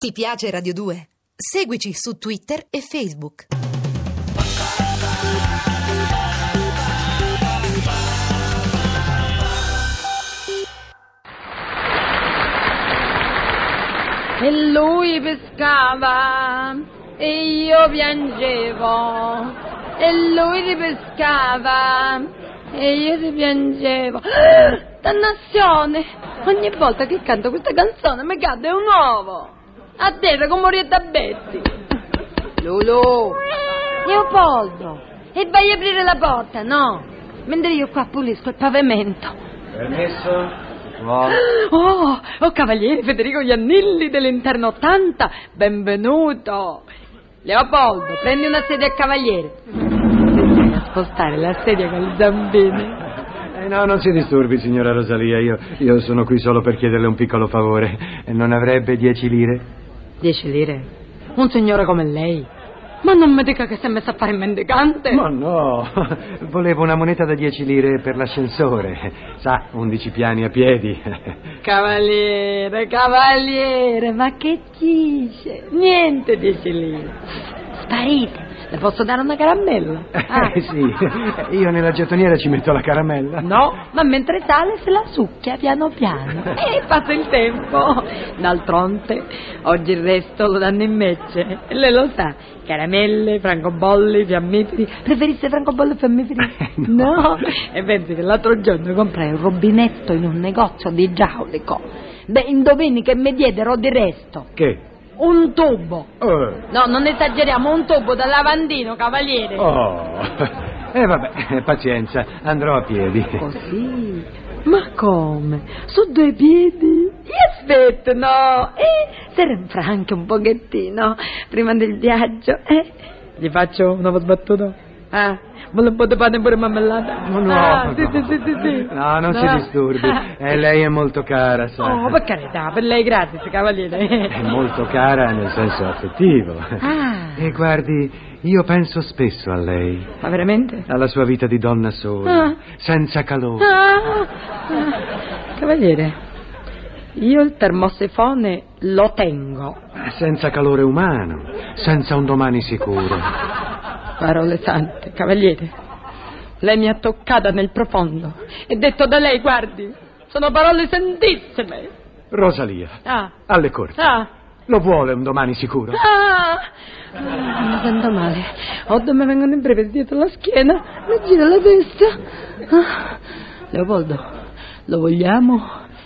Ti piace Radio 2? Seguici su Twitter e Facebook. E lui pescava e io piangevo, e lui ripescava e io piangevo. Dannazione! Ogni volta che canto questa canzone mi cade un uovo a terra come Orietta Betty. Lulu, Leopoldo, e vai a aprire la porta, no? Mentre io qua pulisco il pavimento. Permesso? Oh, cavaliere Federico Iannilli dell'Interno 80, benvenuto. Leopoldo, prendi una sedia a cavaliere. Devi spostare la sedia con le zampine. No, non si disturbi, signora Rosalia, io sono qui solo per chiederle un piccolo favore. Non avrebbe 10 lire? 10 lire? Un signore come lei? Ma non mi dica che si è messo a fare il mendicante? Ma no, volevo una moneta da 10 lire per l'ascensore. Sa, 11 piani a piedi. Cavaliere, ma che dice? Niente 10 lire. Sparite. Le posso dare una caramella? Sì, io nella gettoniera ci metto la caramella. No, ma mentre sale se la succhia piano piano. E passa il tempo. D'altronde, oggi il resto lo danno in mecce. E lei lo sa. Caramelle, francobolli, fiammiferi. Preferisse francobolli e fiammiferi? No. E pensi che l'altro giorno comprai un rubinetto in un negozio di idraulico. Beh, indovini che mi diedero di resto? Che? Un tubo. No, non esageriamo, un tubo da lavandino, cavaliere. Vabbè, pazienza, andrò a piedi. Così? Ma come? Su 2 piedi? Io aspetto, no? Se rinfranchi un pochettino prima del viaggio, Gli faccio una sbattuta? Vuole un po' di pane pure marmellata? No, sì. No, non si disturbi. Lei è molto cara, sa. Oh, per carità, per lei gratis, cavaliere. È molto cara nel senso affettivo. E guardi, io penso spesso a lei. Ma veramente? Alla sua vita di donna sola, senza calore. Cavaliere, io il termosifone lo tengo. Senza calore umano, senza un domani sicuro. Parole sante, cavaliere. Lei mi ha toccata nel profondo e detto da lei, guardi, sono parole santissime. Rosalia, alle corti. Lo vuole un domani sicuro? Mi sento male. Mi vengono in breve dietro la schiena, mi gira la testa. Leopoldo, lo vogliamo?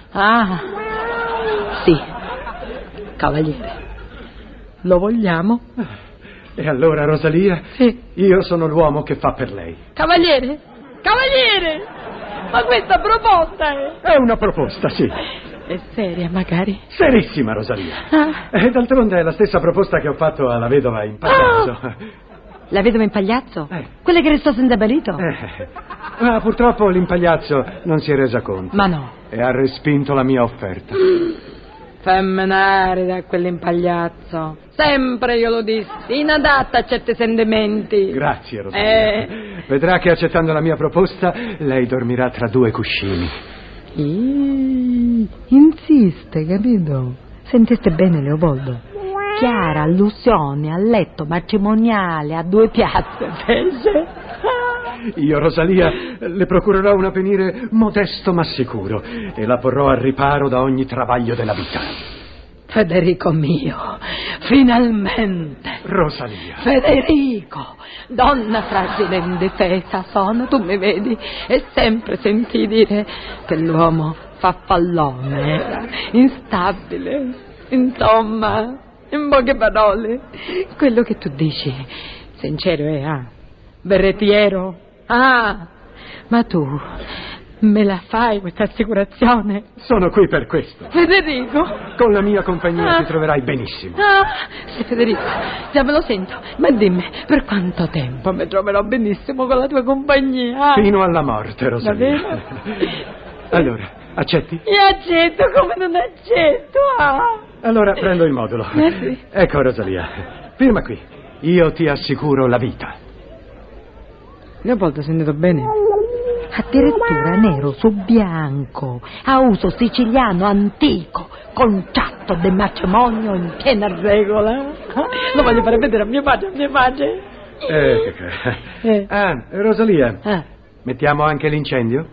Sì, cavaliere, lo vogliamo? E allora, Rosalia, sì, io sono l'uomo che fa per lei. Cavaliere, ma questa proposta è una proposta, sì. È seria, magari? Serissima, Rosalia. E d'altronde è la stessa proposta che ho fatto alla vedova in Pagliazzo. La vedova in Pagliazzo? Quella che restò senza marito? Ma purtroppo l'Impagliazzo non si è resa conto. Ma no. E ha respinto la mia offerta. Femminare da quell'Impagliazzo. Sempre io lo dissi, inadatta a certi sentimenti. Grazie, Rosalia. Vedrà che accettando la mia proposta lei dormirà tra 2 cuscini. Insiste, capito? Sentiste bene, Leopoldo? Chiara allusione al letto matrimoniale a 2 piazze, fece. Io, Rosalia, le procurerò un avvenire modesto ma sicuro e la porrò al riparo da ogni travaglio della vita. Federico mio, finalmente. Rosalia. Federico, donna fragile e indifesa sono, tu mi vedi, e sempre sentii dire che l'uomo fa fallone, instabile, insomma, in poche parole, quello che tu dici, sincero è, verretiero, ma tu me la fai questa assicurazione? Sono qui per questo. Federico? Con la mia compagnia ti troverai benissimo. Sì, Federico, già me lo sento. Ma dimmi, per quanto tempo mi troverò benissimo con la tua compagnia? Fino alla morte, Rosalia. Davvero? Allora, accetti? Io accetto, come non accetto? Allora prendo il modulo. Sì. Ecco, Rosalia, firma qui. Io ti assicuro la vita. Leopoldo, hai sentito bene? addirittura nero su bianco, a uso siciliano antico, concetto di matrimonio in piena regola. Lo voglio fare vedere a mio padre. Rosalia, mettiamo anche l'incendio?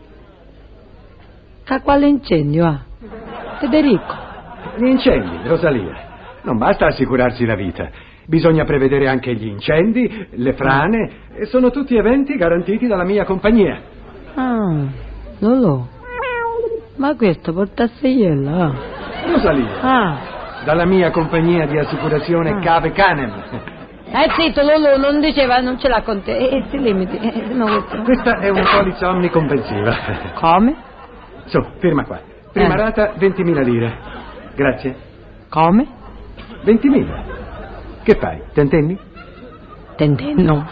Quale incendio ha? Federico. Gli incendi, Rosalia. Non basta assicurarsi la vita. Bisogna prevedere anche gli incendi, le frane, e sono tutti eventi garantiti dalla mia compagnia. Ah, Lolo. Ma questo portasse io. Rosalia. Dalla mia compagnia di assicurazione Cave Canem. Zitto, Lolo, non diceva, non ce l'ha con te. Si limiti. Questa è una polizza omnicomprensiva. Come? Su, firma qua. Prima rata 20.000 lire. Grazie. Come? 20.000. Che fai? Tentenni? Tentenno.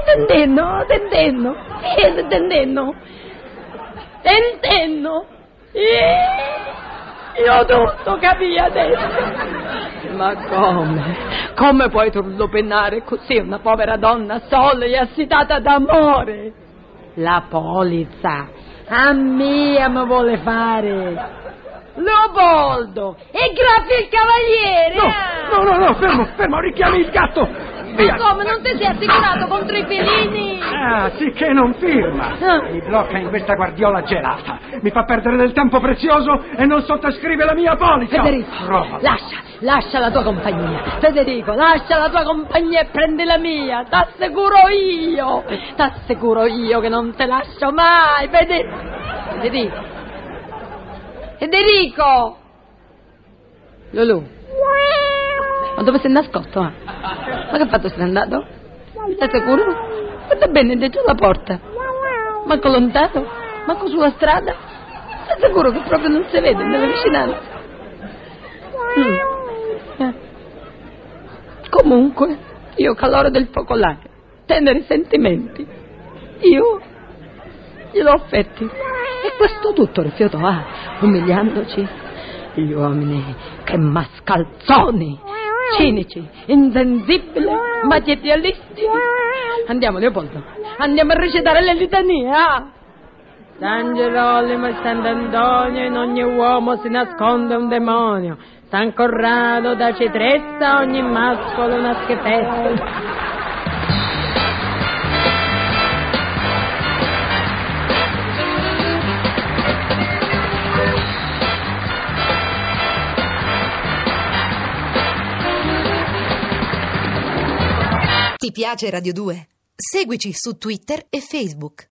Io tutto capito adesso. Ma come? Come puoi turlupinare così una povera donna sola e assitata d'amore? La polizza a mia mi vuole fare. Leopoldo, e graffi il cavaliere! No, fermo, richiami il gatto! Ma come, non ti sei assicurato contro i felini? Sì che non firma! Mi blocca in questa guardiola gelata, mi fa perdere del tempo prezioso e non sottoscrive la mia polizza! Federico, lascia la tua compagnia! Federico, lascia la tua compagnia e prendi la mia! T'assicuro io che non te lascio mai! Federico! Lulu, ma dove sei nascosto? Ma che ha fatto? Sei andato? Sei sicuro? Guarda bene dentro la porta. Manco lontano? Manco sulla strada? Sei sicuro che proprio non si vede nella vicinanza? Comunque, io calore del focolare, teneri sentimenti, io glielo affetti. E questo tutto rifiuto umiliandoci gli uomini che mascalzoni, cinici, insensibili, materialisti. Andiamo, Leopoldo, andiamo a recitare le litanie. San Gerolimo e Sant'Antonio, in ogni uomo si nasconde un demonio. San Corrado da Citressa, ogni mascolo una schifezza. Ti piace Radio 2? Seguici su Twitter e Facebook.